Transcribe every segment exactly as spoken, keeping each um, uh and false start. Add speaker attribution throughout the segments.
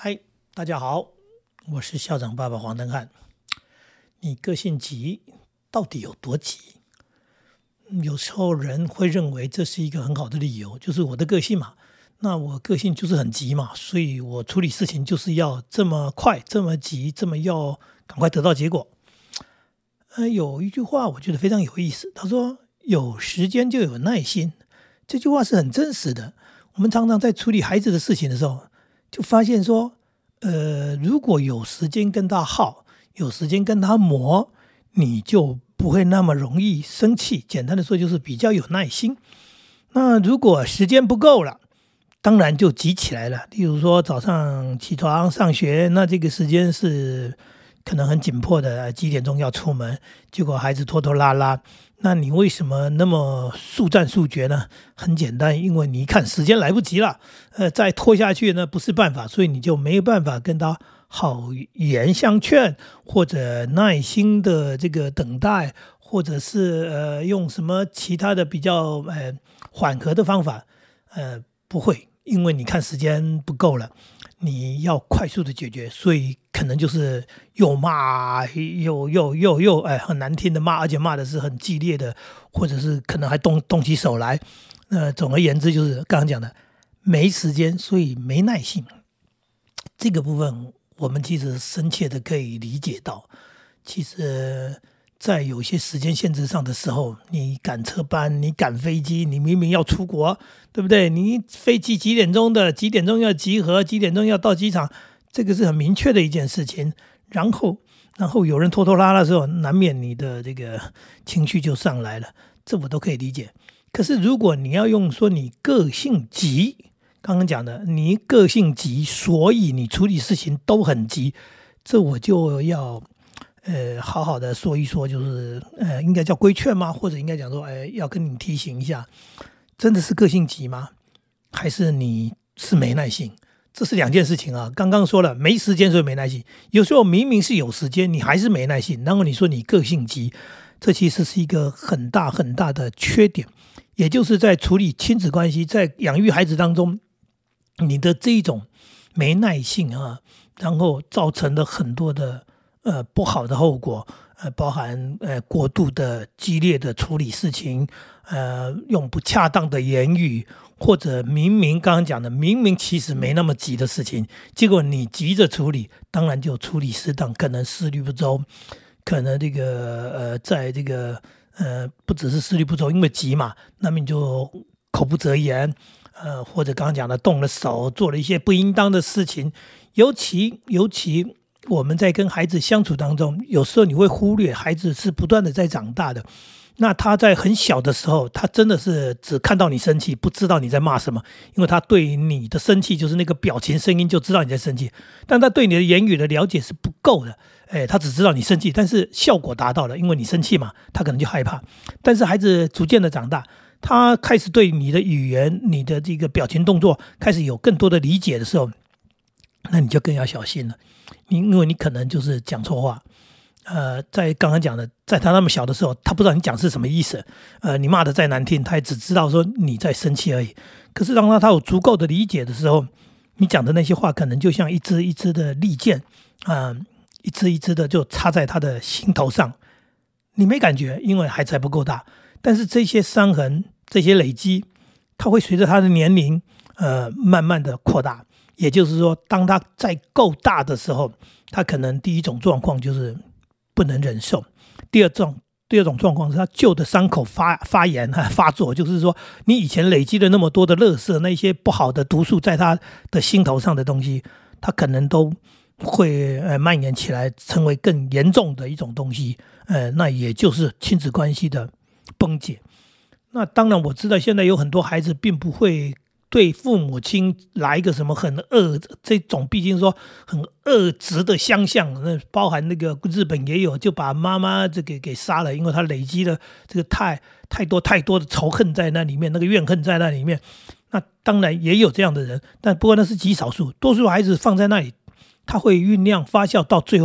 Speaker 1: 嗨，大家好，我是校长爸爸黄登汉。你个性急到底有多急？有时候人会认为这是一个很好的理由，就是我的个性嘛，那我个性就是很急嘛，所以我处理事情就是要这么快这么急，这么要赶快得到结果。呃，有一句话我觉得非常有意思，他说有时间就有耐心，这句话是很真实的。我们常常在处理孩子的事情的时候，就发现说呃，如果有时间跟他耗，有时间跟他磨，你就不会那么容易生气。简单的说就是比较有耐心。那如果时间不够了，当然就急起来了。例如说早上起床上学，那这个时间是可能很紧迫的，几点钟要出门，结果孩子拖拖拉拉，那你为什么那么速战速决呢？很简单，因为你一看时间来不及了，呃，再拖下去呢不是办法，所以你就没有办法跟他好言相劝，或者耐心的这个等待，或者是呃用什么其他的比较呃缓和的方法，呃不会，因为你看时间不够了。你要快速的解决，所以可能就是又骂又又又又哎很难听的骂，而且骂的是很激烈的，或者是可能还动动起手来。呃，总而言之就是刚刚讲的，没时间，所以没耐性。这个部分我们其实深切的可以理解到，其实在有些时间限制上的时候，你赶车班，你赶飞机，你明明要出国，对不对？你飞机几点钟的，几点钟要集合，几点钟要到机场，这个是很明确的一件事情。然后然后有人拖拖拉拉的时候，难免你的这个情绪就上来了，这我都可以理解。可是如果你要用说你个性急，刚刚讲的你个性急，所以你处理事情都很急，这我就要呃，好好的说一说，就是呃，应该叫规劝吗？或者应该讲说，哎，要跟你提醒一下，真的是个性急吗？还是你是没耐性？这是两件事情啊。刚刚说了，没时间所以没耐性，有时候明明是有时间，你还是没耐性，然后你说你个性急，这其实是一个很大很大的缺点，也就是在处理亲子关系，在养育孩子当中，你的这一种没耐性啊，然后造成了很多的呃，不好的后果，呃，包含呃过度的激烈的处理事情，呃，用不恰当的言语，或者明明刚刚讲的，明明其实没那么急的事情，结果你急着处理，当然就处理失当，可能思虑不周，可能这个呃，在这个呃，不只是思虑不周，因为急嘛，那么你就口不择言，呃，或者刚刚讲的动了手，做了一些不应当的事情，尤其尤其。我们在跟孩子相处当中，有时候你会忽略孩子是不断的在长大的。那他在很小的时候，他真的是只看到你生气，不知道你在骂什么，因为他对你的生气就是那个表情声音就知道你在生气，但他对你的言语的了解是不够的。哎，他只知道你生气，但是效果达到了，因为你生气嘛，他可能就害怕。但是孩子逐渐的长大，他开始对你的语言、你的这个表情动作开始有更多的理解的时候，那你就更要小心了。因为你可能就是讲错话，呃，在刚刚讲的，在他那么小的时候，他不知道你讲是什么意思，呃，你骂的再难听，他也只知道说你在生气而已。可是当他他有足够的理解的时候，你讲的那些话可能就像一支一支的利剑，啊、呃，一支一支的就插在他的心头上，你没感觉，因为孩子还不够大。但是这些伤痕，这些累积，它会随着他的年龄，呃，慢慢的扩大。也就是说，当他在够大的时候，他可能第一种状况就是不能忍受，第二种第二种状况是他旧的伤口发发炎发作，就是说你以前累积了那么多的垃圾，那些不好的毒素在他的心头上的东西，他可能都会呃蔓延起来，成为更严重的一种东西，呃，那也就是亲子关系的崩解。那当然我知道现在有很多孩子并不会对父母亲来一个什么很恶，这种毕竟说很恶质的相向，那包含那个日本也有，就把妈妈这个给杀了，因为他累积了这个太太多太多的仇恨在那里面，那个怨恨在那里面。那当然也有这样的人，但不过那是极少数，多数孩子放在那里，他会酝酿发酵，到最后面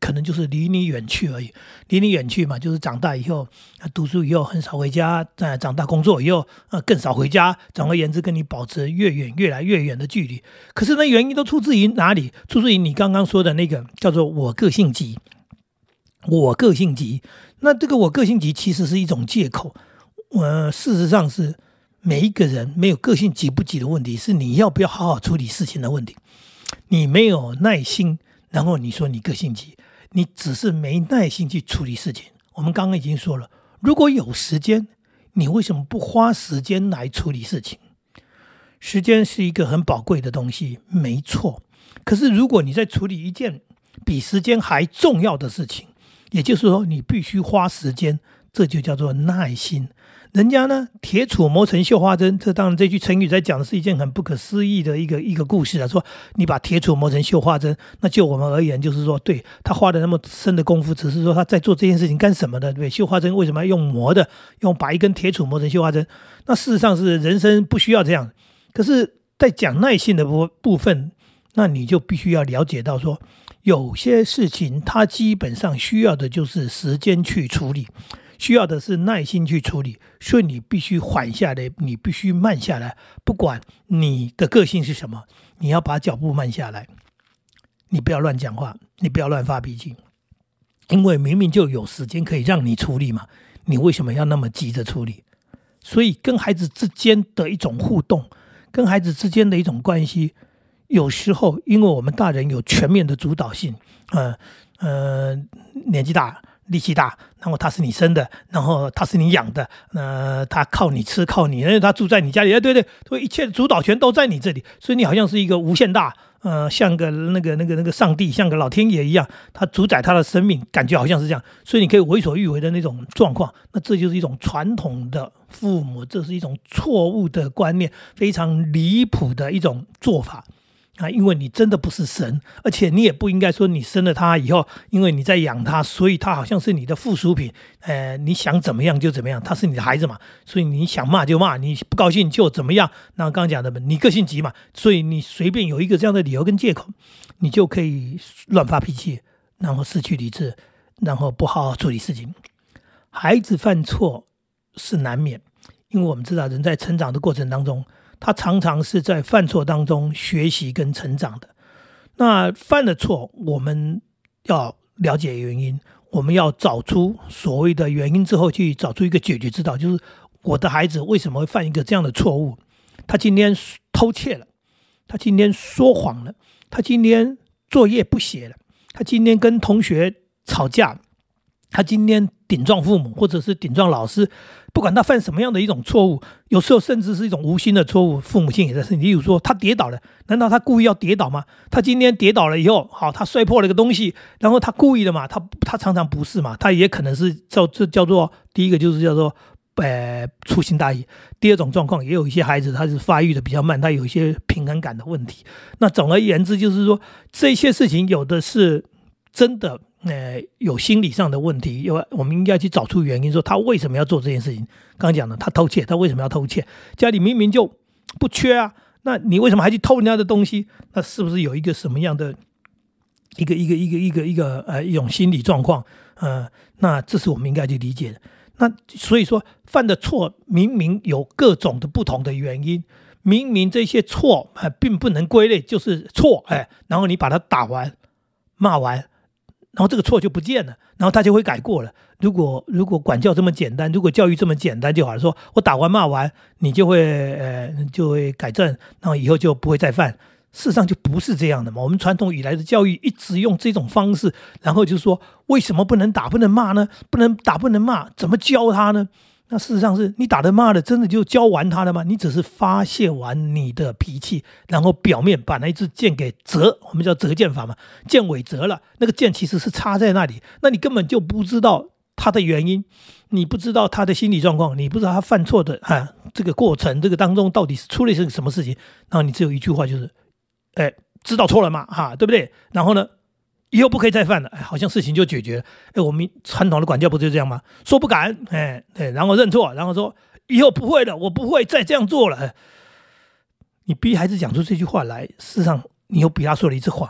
Speaker 1: 可能就是离你远去而已。离你远去嘛，就是长大以后读书以后很少回家，呃、长大工作以后、呃、更少回家，总而言之跟你保持越远越来越远的距离。可是那原因都出自于哪里？出自于你刚刚说的那个叫做我个性急。我个性急，那这个我个性急其实是一种借口。呃，事实上是每一个人没有个性急不急的问题，是你要不要好好处理事情的问题。你没有耐心，然后你说你个性急，你只是没耐心去处理事情。我们刚刚已经说了，如果有时间，你为什么不花时间来处理事情？时间是一个很宝贵的东西，没错。可是如果你在处理一件比时间还重要的事情，也就是说你必须花时间，这就叫做耐心。人家呢，铁杵磨成绣花针，这当然这句成语在讲的是一件很不可思议的一个一个故事了。说你把铁杵磨成绣花针，那就我们而言，就是说，对他花了那么深的功夫，只是说他在做这件事情干什么的？对，绣花针为什么要用磨的？用把一根铁杵磨成绣花针？那事实上是人生不需要这样。可是，在讲耐性的部部分，那你就必须要了解到说，有些事情它基本上需要的就是时间去处理。需要的是耐心去处理，所以你必须缓下来，你必须慢下来。不管你的个性是什么，你要把脚步慢下来，你不要乱讲话，你不要乱发脾气，因为明明就有时间可以让你处理嘛，你为什么要那么急着处理？所以跟孩子之间的一种互动，跟孩子之间的一种关系，有时候因为我们大人有全面的主导性，呃呃，年纪大力气大，然后他是你生的，然后他是你养的，呃，他靠你吃靠你，因为他住在你家里，对对对，一切的主导权都在你这里，所以你好像是一个无限大，呃，像个那个那个那个上帝，像个老天爷一样，他主宰他的生命，感觉好像是这样，所以你可以为所欲为的那种状况。那这就是一种传统的父母，这是一种错误的观念，非常离谱的一种做法。啊，因为你真的不是神，而且你也不应该说你生了他以后，因为你在养他，所以他好像是你的附属品。呃，你想怎么样就怎么样，他是你的孩子嘛，所以你想骂就骂，你不高兴就怎么样。那刚刚讲的，你个性急嘛，所以你随便有一个这样的理由跟借口，你就可以乱发脾气，然后失去理智，然后不好好处理事情。孩子犯错是难免，因为我们知道人在成长的过程当中，他常常是在犯错当中学习跟成长的。那犯了错，我们要了解原因，我们要找出所谓的原因之后，去找出一个解决之道，就是我的孩子为什么会犯一个这样的错误？他今天偷窃了，他今天说谎了，他今天作业不写了，他今天跟同学吵架，他今天顶撞父母或者是顶撞老师，不管他犯什么样的一种错误，有时候甚至是一种无心的错误，父母亲也在是。例如说他跌倒了，难道他故意要跌倒吗？他今天跌倒了以后，好，他摔破了一个东西，然后他故意的嘛？他他常常不是嘛？他也可能是叫这叫做第一个就是叫做呃粗心大意。第二种状况，也有一些孩子他是发育的比较慢，他有一些平衡感的问题。那总而言之，就是说这些事情有的是真的。呃，有心理上的问题，有我们应该去找出原因，说他为什么要做这件事情。刚刚讲的，他偷窃，他为什么要偷窃？家里明明就不缺啊，那你为什么还去偷人家的东西？那是不是有一个什么样的一个一个一个一个一个呃一种心理状况？呃，那这是我们应该去理解的。那所以说，犯的错明明有各种的不同的原因，明明这些错呃并不能归类就是错，哎，然后你把它打完、骂完。然后这个错就不见了，然后他就会改过了。如果如果管教这么简单，如果教育这么简单就好了，说我打完骂完，你就会呃就会改正，然后以后就不会再犯。事实上就不是这样的嘛。我们传统以来的教育一直用这种方式，然后就说为什么不能打不能骂呢？不能打不能骂，怎么教他呢？那事实上是你打的骂的真的就教完他了吗？你只是发泄完你的脾气，然后表面把那一支箭给折，我们叫折箭法嘛，箭尾折了，那个箭其实是插在那里，那你根本就不知道他的原因，你不知道他的心理状况，你不知道他犯错的啊这个过程，这个当中到底是出了什么事情，然后你只有一句话就是，哎，知道错了嘛，哈，对不对？然后呢？以后不可以再犯了，哎，好像事情就解决了。哎，我们传统的管教不就这样吗？说不敢，哎，对，然后认错，然后说以后不会了，我不会再这样做了。你逼孩子讲出这句话来，事实上你又逼他说了一次谎，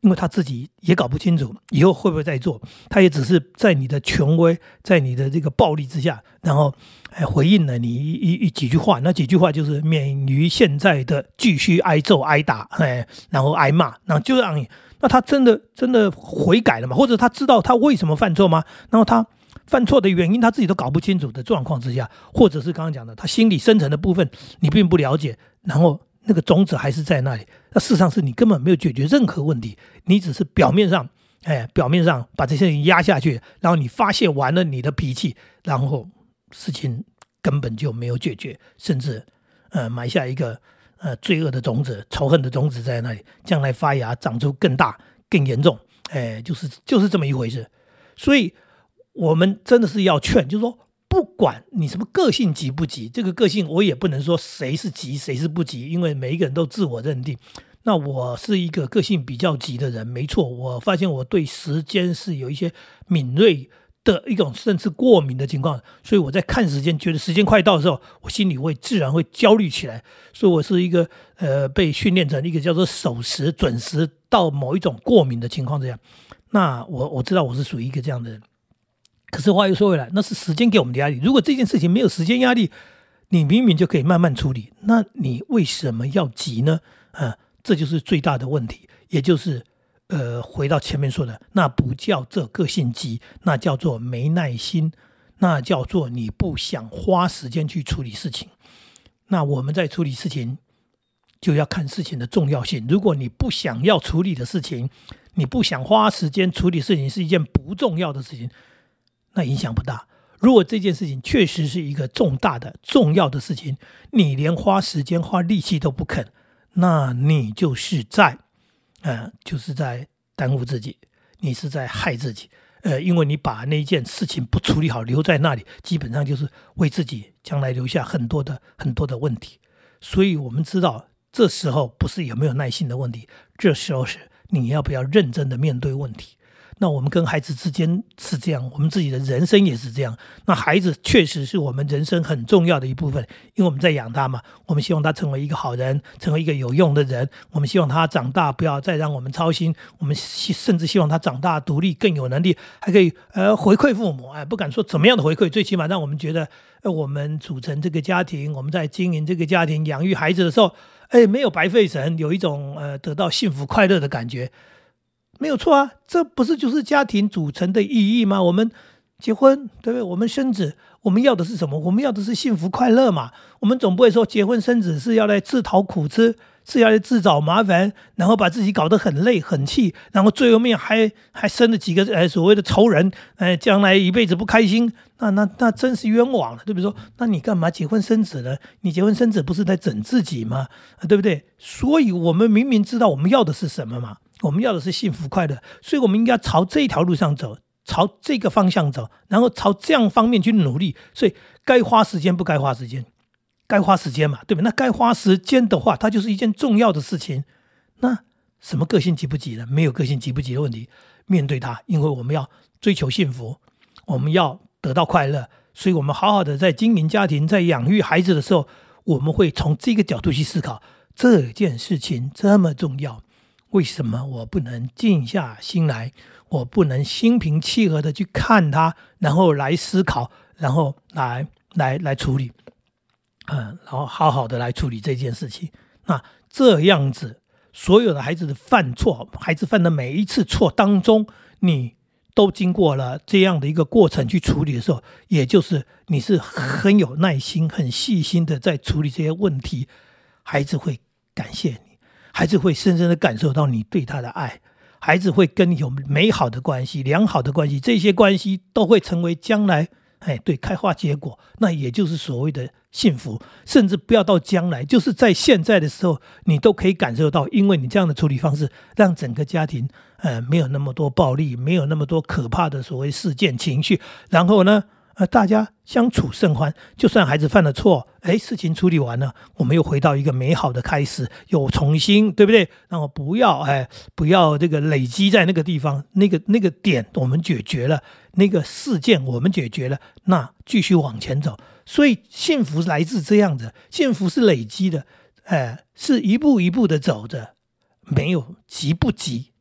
Speaker 1: 因为他自己也搞不清楚以后会不会再做，他也只是在你的权威，在你的这个暴力之下，然后回应了你一一一几句话，那几句话就是免于现在的继续挨揍挨打，哎，然后挨骂，然后就让你，那他真的真的悔改了吗？或者他知道他为什么犯错吗？然后他犯错的原因他自己都搞不清楚的状况之下，或者是刚刚讲的他心理深层的部分你并不了解，然后那个种子还是在那里，那事实上是你根本没有解决任何问题，你只是表面上哎，表面上把这些人压下去，然后你发泄完了你的脾气，然后事情根本就没有解决，甚至呃埋下一个呃罪恶的种子、仇恨的种子在那里，将来发芽长出更大、更严重，哎，就是就是这么一回事。所以我们真的是要劝，就是说，不管你什么个性急不急，这个个性我也不能说谁是急谁是不急，因为每一个人都自我认定。那我是一个个性比较急的人，没错，我发现我对时间是有一些敏锐的一种甚至过敏的情况，所以我在看时间，觉得时间快到的时候，我心里会自然会焦虑起来，所以我是一个呃被训练成一个叫做守时准时到某一种过敏的情况这样。那我我知道我是属于一个这样的人，可是话又说回来，那是时间给我们的压力。如果这件事情没有时间压力，你明明就可以慢慢处理，那你为什么要急呢？啊，这就是最大的问题，也就是呃，回到前面说的，那不叫这个性急，那叫做没耐心，那叫做你不想花时间去处理事情。那我们在处理事情，就要看事情的重要性。如果你不想要处理的事情，你不想花时间处理事情是一件不重要的事情，那影响不大。如果这件事情确实是一个重大的重要的事情，你连花时间花力气都不肯，那你就是在呃，就是在耽误自己，你是在害自己，呃，因为你把那件事情不处理好留在那里，基本上就是为自己将来留下很多的很多的问题。所以我们知道这时候不是有没有耐心的问题，这时候是你要不要认真的面对问题。那我们跟孩子之间是这样，我们自己的人生也是这样。那孩子确实是我们人生很重要的一部分，因为我们在养他嘛，我们希望他成为一个好人，成为一个有用的人，我们希望他长大不要再让我们操心，我们甚至希望他长大独立更有能力，还可以呃回馈父母，哎，不敢说怎么样的回馈，最起码让我们觉得呃我们组成这个家庭，我们在经营这个家庭养育孩子的时候，哎，没有白费神，有一种呃得到幸福快乐的感觉。没有错啊，这不是就是家庭组成的意义吗？我们结婚，对不对？我们生子，我们要的是什么？我们要的是幸福快乐嘛。我们总不会说结婚生子是要来自讨苦吃，是要来自找麻烦，然后把自己搞得很累很气，然后最后面还还生了几个呃所谓的仇人，呃，将来一辈子不开心，那那那真是冤枉了，对不对？说那你干嘛结婚生子呢？你结婚生子不是在整自己吗？对不对？所以我们明明知道我们要的是什么嘛。我们要的是幸福快乐，所以我们应该朝这一条路上走，朝这个方向走，然后朝这样方面去努力。所以该花时间不该花时间，该花时间嘛，对吧？那该花时间的话，它就是一件重要的事情。那什么个性急不急呢？没有个性急不急的问题，面对它，因为我们要追求幸福，我们要得到快乐，所以我们好好的在经营家庭，在养育孩子的时候，我们会从这个角度去思考这件事情这么重要。为什么我不能静下心来，我不能心平气和的去看它，然后来思考，然后来来来处理，嗯，然后好好的来处理这件事情。那这样子，所有的孩子的犯错，孩子犯的每一次错当中，你都经过了这样的一个过程去处理的时候，也就是你是很有耐心、很细心的在处理这些问题，孩子会感谢你。孩子会深深的感受到你对他的爱，孩子会跟你有美好的关系、良好的关系，这些关系都会成为将来哎对开花结果，那也就是所谓的幸福。甚至不要到将来，就是在现在的时候，你都可以感受到，因为你这样的处理方式，让整个家庭呃没有那么多暴力，没有那么多可怕的所谓事件情绪，然后呢呃，大家相处甚欢，就算孩子犯了错，哎，事情处理完了，我们又回到一个美好的开始，又重新，对不对？然后不要，哎，不要这个累积在那个地方，那个那个点我们解决了，那个事件我们解决了，那继续往前走。所以幸福来自这样子，幸福是累积的，哎，是一步一步的走着，没有急不急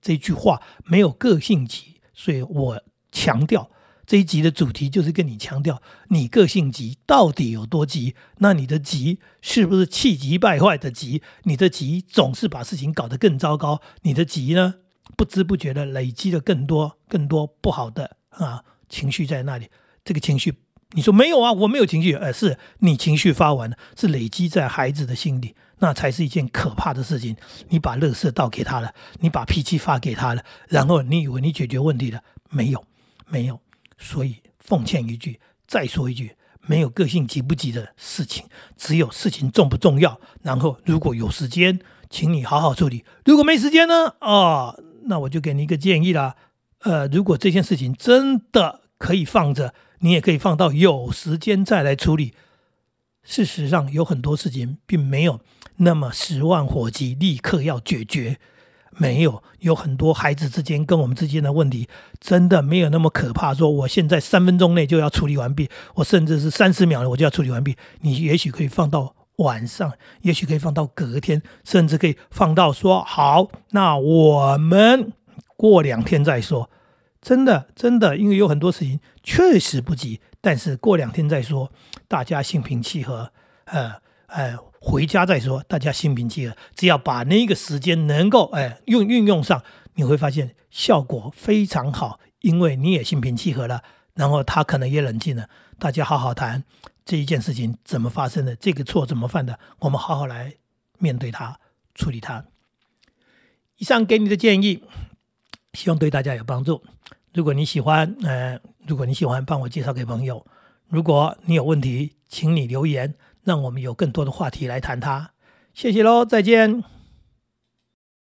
Speaker 1: 这句话没有个性急，所以我强调这一集的主题就是跟你强调你个性急到底有多急，那你的急是不是气急败坏的急？你的急总是把事情搞得更糟糕，你的急呢不知不觉的累积了更多更多不好的啊情绪在那里。这个情绪你说没有啊，我没有情绪，而是你情绪发完了，是累积在孩子的心里，那才是一件可怕的事情。你把垃圾倒给他了，你把脾气发给他了，然后你以为你解决问题了，没有没有。所以奉劝一句，再说一句，没有个性急不急的事情，只有事情重不重要。然后如果有时间，请你好好处理；如果没时间呢？哦，那我就给你一个建议啦。呃，如果这件事情真的可以放着，你也可以放到有时间再来处理。事实上有很多事情并没有那么十万火急立刻要解决，没有，有很多孩子之间跟我们之间的问题真的没有那么可怕，说我现在三分钟内就要处理完毕，我甚至是三十秒我就要处理完毕。你也许可以放到晚上，也许可以放到隔天，甚至可以放到说好，那我们过两天再说。真的真的，因为有很多事情确实不急，但是过两天再说，大家心平气和，呃呃，回家再说，大家心平气和，只要把那个时间能够呃用运用上，你会发现效果非常好，因为你也心平气和了，然后他可能也冷静了，大家好好谈这一件事情怎么发生的，这个错怎么犯的，我们好好来面对它，处理它。以上给你的建议，希望对大家有帮助。如果你喜欢，呃，如果你喜欢，帮我介绍给朋友。如果你有问题，请你留言，让我们有更多的话题来谈它。谢谢咯，再见。